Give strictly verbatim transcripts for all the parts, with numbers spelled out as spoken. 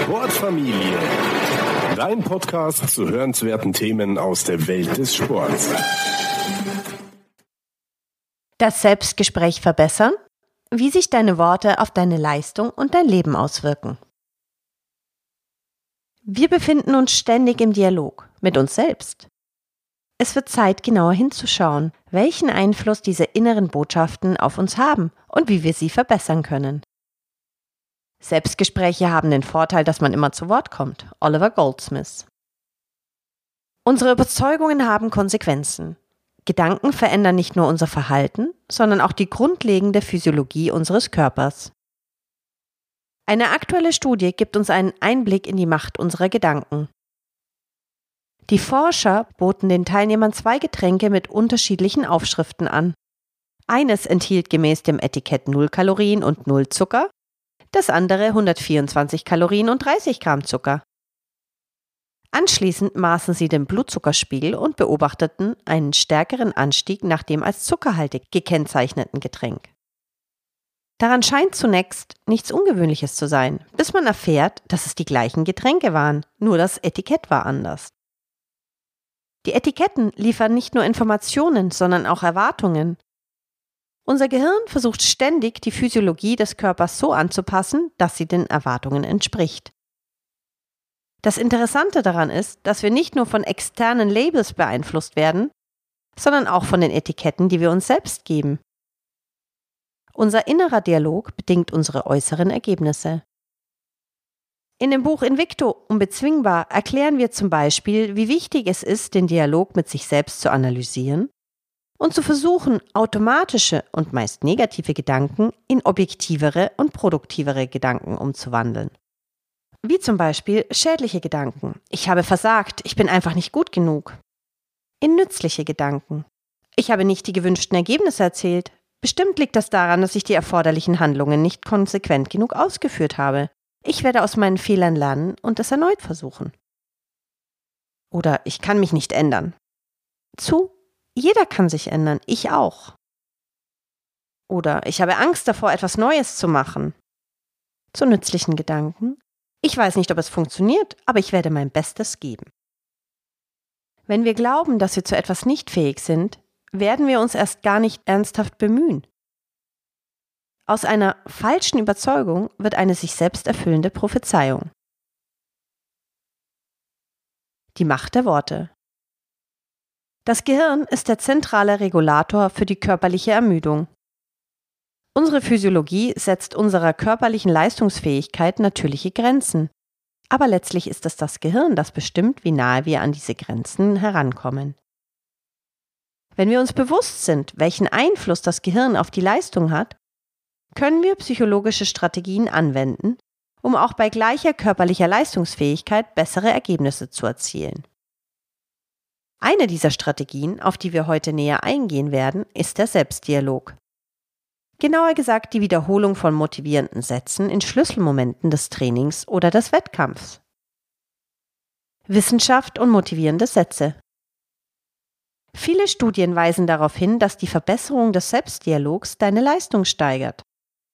Sportfamilie. Dein Podcast zu hörenswerten Themen aus der Welt des Sports. Das Selbstgespräch verbessern? Wie sich deine Worte auf deine Leistung und dein Leben auswirken. Wir befinden uns ständig im Dialog mit uns selbst. Es wird Zeit, genauer hinzuschauen, welchen Einfluss diese inneren Botschaften auf uns haben und wie wir sie verbessern können. Selbstgespräche haben den Vorteil, dass man immer zu Wort kommt. Oliver Goldsmith. Unsere Überzeugungen haben Konsequenzen. Gedanken verändern nicht nur unser Verhalten, sondern auch die grundlegende Physiologie unseres Körpers. Eine aktuelle Studie gibt uns einen Einblick in die Macht unserer Gedanken. Die Forscher boten den Teilnehmern zwei Getränke mit unterschiedlichen Aufschriften an. Eines enthielt gemäß dem Etikett null Kalorien und null Zucker, das andere hundertvierundzwanzig Kalorien und dreißig Gramm Zucker. Anschließend maßen sie den Blutzuckerspiegel und beobachteten einen stärkeren Anstieg nach dem als zuckerhaltig gekennzeichneten Getränk. Daran scheint zunächst nichts Ungewöhnliches zu sein, bis man erfährt, dass es die gleichen Getränke waren, nur das Etikett war anders. Die Etiketten liefern nicht nur Informationen, sondern auch Erwartungen. Unser Gehirn versucht ständig, die Physiologie des Körpers so anzupassen, dass sie den Erwartungen entspricht. Das Interessante daran ist, dass wir nicht nur von externen Labels beeinflusst werden, sondern auch von den Etiketten, die wir uns selbst geben. Unser innerer Dialog bedingt unsere äußeren Ergebnisse. In dem Buch Invicto, unbezwingbar, erklären wir zum Beispiel, wie wichtig es ist, den Dialog mit sich selbst zu analysieren und zu versuchen, automatische und meist negative Gedanken in objektivere und produktivere Gedanken umzuwandeln. Wie zum Beispiel schädliche Gedanken. Ich habe versagt, ich bin einfach nicht gut genug. In nützliche Gedanken. Ich habe nicht die gewünschten Ergebnisse erzielt. Bestimmt liegt das daran, dass ich die erforderlichen Handlungen nicht konsequent genug ausgeführt habe. Ich werde aus meinen Fehlern lernen und es erneut versuchen. Oder ich kann mich nicht ändern. Zu, jeder kann sich ändern, ich auch. Oder ich habe Angst davor, etwas Neues zu machen. Zu nützlichen Gedanken. Ich weiß nicht, ob es funktioniert, aber ich werde mein Bestes geben. Wenn wir glauben, dass wir zu etwas nicht fähig sind, werden wir uns erst gar nicht ernsthaft bemühen. Aus einer falschen Überzeugung wird eine sich selbst erfüllende Prophezeiung. Die Macht der Worte. Das Gehirn ist der zentrale Regulator für die körperliche Ermüdung. Unsere Physiologie setzt unserer körperlichen Leistungsfähigkeit natürliche Grenzen, aber letztlich ist es das Gehirn, das bestimmt, wie nahe wir an diese Grenzen herankommen. Wenn wir uns bewusst sind, welchen Einfluss das Gehirn auf die Leistung hat, können wir psychologische Strategien anwenden, um auch bei gleicher körperlicher Leistungsfähigkeit bessere Ergebnisse zu erzielen. Eine dieser Strategien, auf die wir heute näher eingehen werden, ist der Selbstdialog. Genauer gesagt die Wiederholung von motivierenden Sätzen in Schlüsselmomenten des Trainings oder des Wettkampfs. Wissenschaft und motivierende Sätze. Viele Studien weisen darauf hin, dass die Verbesserung des Selbstdialogs deine Leistung steigert.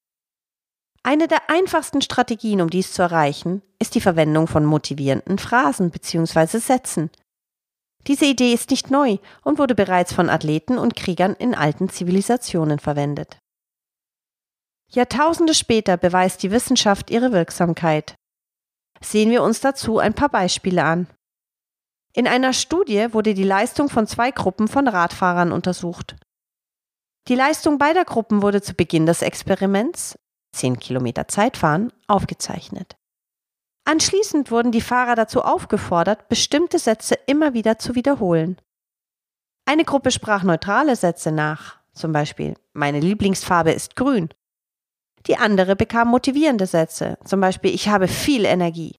Eine der einfachsten Strategien, um dies zu erreichen, ist die Verwendung von motivierenden Phrasen bzw. Sätzen. Diese Idee ist nicht neu und wurde bereits von Athleten und Kriegern in alten Zivilisationen verwendet. Jahrtausende später beweist die Wissenschaft ihre Wirksamkeit. Sehen wir uns dazu ein paar Beispiele an. In einer Studie wurde die Leistung von zwei Gruppen von Radfahrern untersucht. Die Leistung beider Gruppen wurde zu Beginn des Experiments, zehn Kilometer Zeitfahren, aufgezeichnet. Anschließend wurden die Fahrer dazu aufgefordert, bestimmte Sätze immer wieder zu wiederholen. Eine Gruppe sprach neutrale Sätze nach, zum Beispiel „Meine Lieblingsfarbe ist grün". Die andere bekam motivierende Sätze, zum Beispiel „Ich habe viel Energie".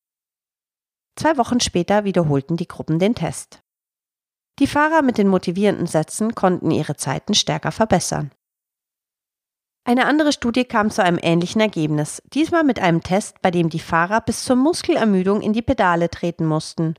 Zwei Wochen später wiederholten die Gruppen den Test. Die Fahrer mit den motivierenden Sätzen konnten ihre Zeiten stärker verbessern. Eine andere Studie kam zu einem ähnlichen Ergebnis, diesmal mit einem Test, bei dem die Fahrer bis zur Muskelermüdung in die Pedale treten mussten.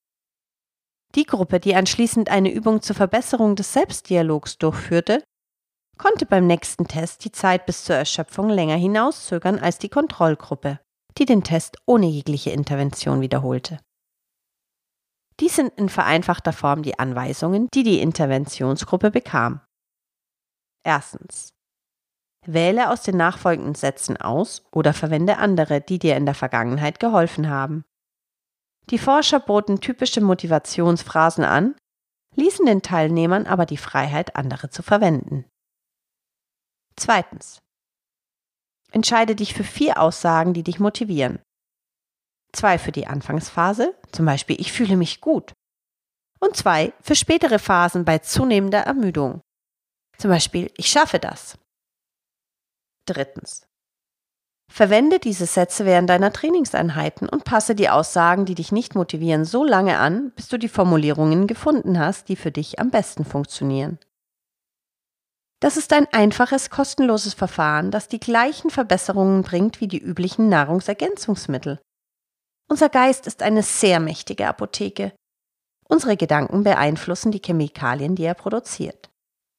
Die Gruppe, die anschließend eine Übung zur Verbesserung des Selbstdialogs durchführte, konnte beim nächsten Test die Zeit bis zur Erschöpfung länger hinauszögern als die Kontrollgruppe. die den Test ohne jegliche Intervention wiederholte. Dies sind in vereinfachter Form die Anweisungen, die die Interventionsgruppe bekam. Erstens. Wähle aus den nachfolgenden Sätzen aus oder verwende andere, die dir in der Vergangenheit geholfen haben. Die Forscher boten typische Motivationsphrasen an, ließen den Teilnehmern aber die Freiheit, andere zu verwenden. Zweitens. Entscheide dich für vier Aussagen, die dich motivieren. Zwei für die Anfangsphase, zum Beispiel ich fühle mich gut. Und zwei für spätere Phasen bei zunehmender Ermüdung. Zum Beispiel ich schaffe das. Drittens. Verwende diese Sätze während deiner Trainingseinheiten und passe die Aussagen, die dich nicht motivieren, so lange an, bis du die Formulierungen gefunden hast, die für dich am besten funktionieren. Das ist ein einfaches, kostenloses Verfahren, das die gleichen Verbesserungen bringt wie die üblichen Nahrungsergänzungsmittel. Unser Geist ist eine sehr mächtige Apotheke. Unsere Gedanken beeinflussen die Chemikalien, die er produziert.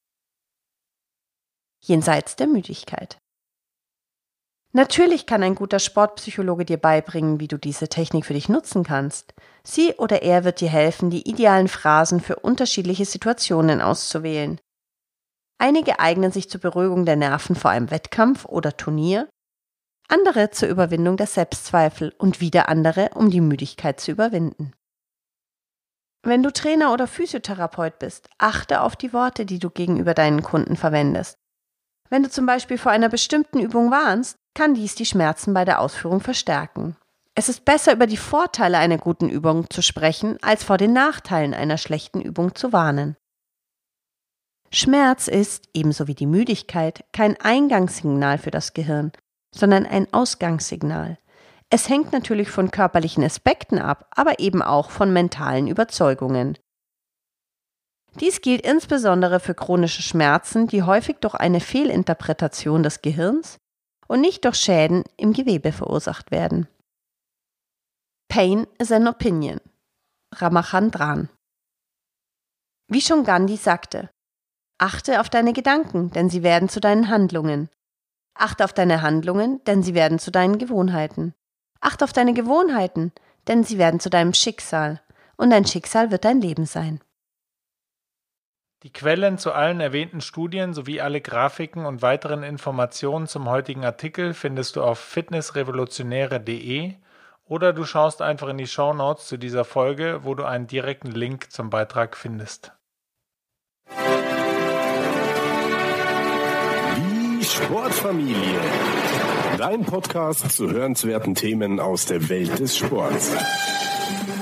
Jenseits der Müdigkeit. Natürlich kann ein guter Sportpsychologe dir beibringen, wie du diese Technik für dich nutzen kannst. Sie oder er wird dir helfen, die idealen Phrasen für unterschiedliche Situationen auszuwählen. Einige eignen sich zur Beruhigung der Nerven vor einem Wettkampf oder Turnier, andere zur Überwindung der Selbstzweifel und wieder andere, um die Müdigkeit zu überwinden. Wenn du Trainer oder Physiotherapeut bist, achte auf die Worte, die du gegenüber deinen Kunden verwendest. Wenn du zum Beispiel vor einer bestimmten Übung warnst, kann dies die Schmerzen bei der Ausführung verstärken. Es ist besser, über die Vorteile einer guten Übung zu sprechen, als vor den Nachteilen einer schlechten Übung zu warnen. Schmerz ist, ebenso wie die Müdigkeit, kein Eingangssignal für das Gehirn, sondern ein Ausgangssignal. Es hängt natürlich von körperlichen Aspekten ab, aber eben auch von mentalen Überzeugungen. Dies gilt insbesondere für chronische Schmerzen, die häufig durch eine Fehlinterpretation des Gehirns und nicht durch Schäden im Gewebe verursacht werden. Pain is an opinion. Ramachandran. Wie schon Gandhi sagte, achte auf deine Gedanken, denn sie werden zu deinen Handlungen. Achte auf deine Handlungen, denn sie werden zu deinen Gewohnheiten. Achte auf deine Gewohnheiten, denn sie werden zu deinem Schicksal. Und dein Schicksal wird dein Leben sein. Die Quellen zu allen erwähnten Studien sowie alle Grafiken und weiteren Informationen zum heutigen Artikel findest du auf fitnessrevolutionäre punkt de oder du schaust einfach in die Shownotes zu dieser Folge, wo du einen direkten Link zum Beitrag findest. Die Sportfamilie. Dein Podcast zu hörenswerten Themen aus der Welt des Sports.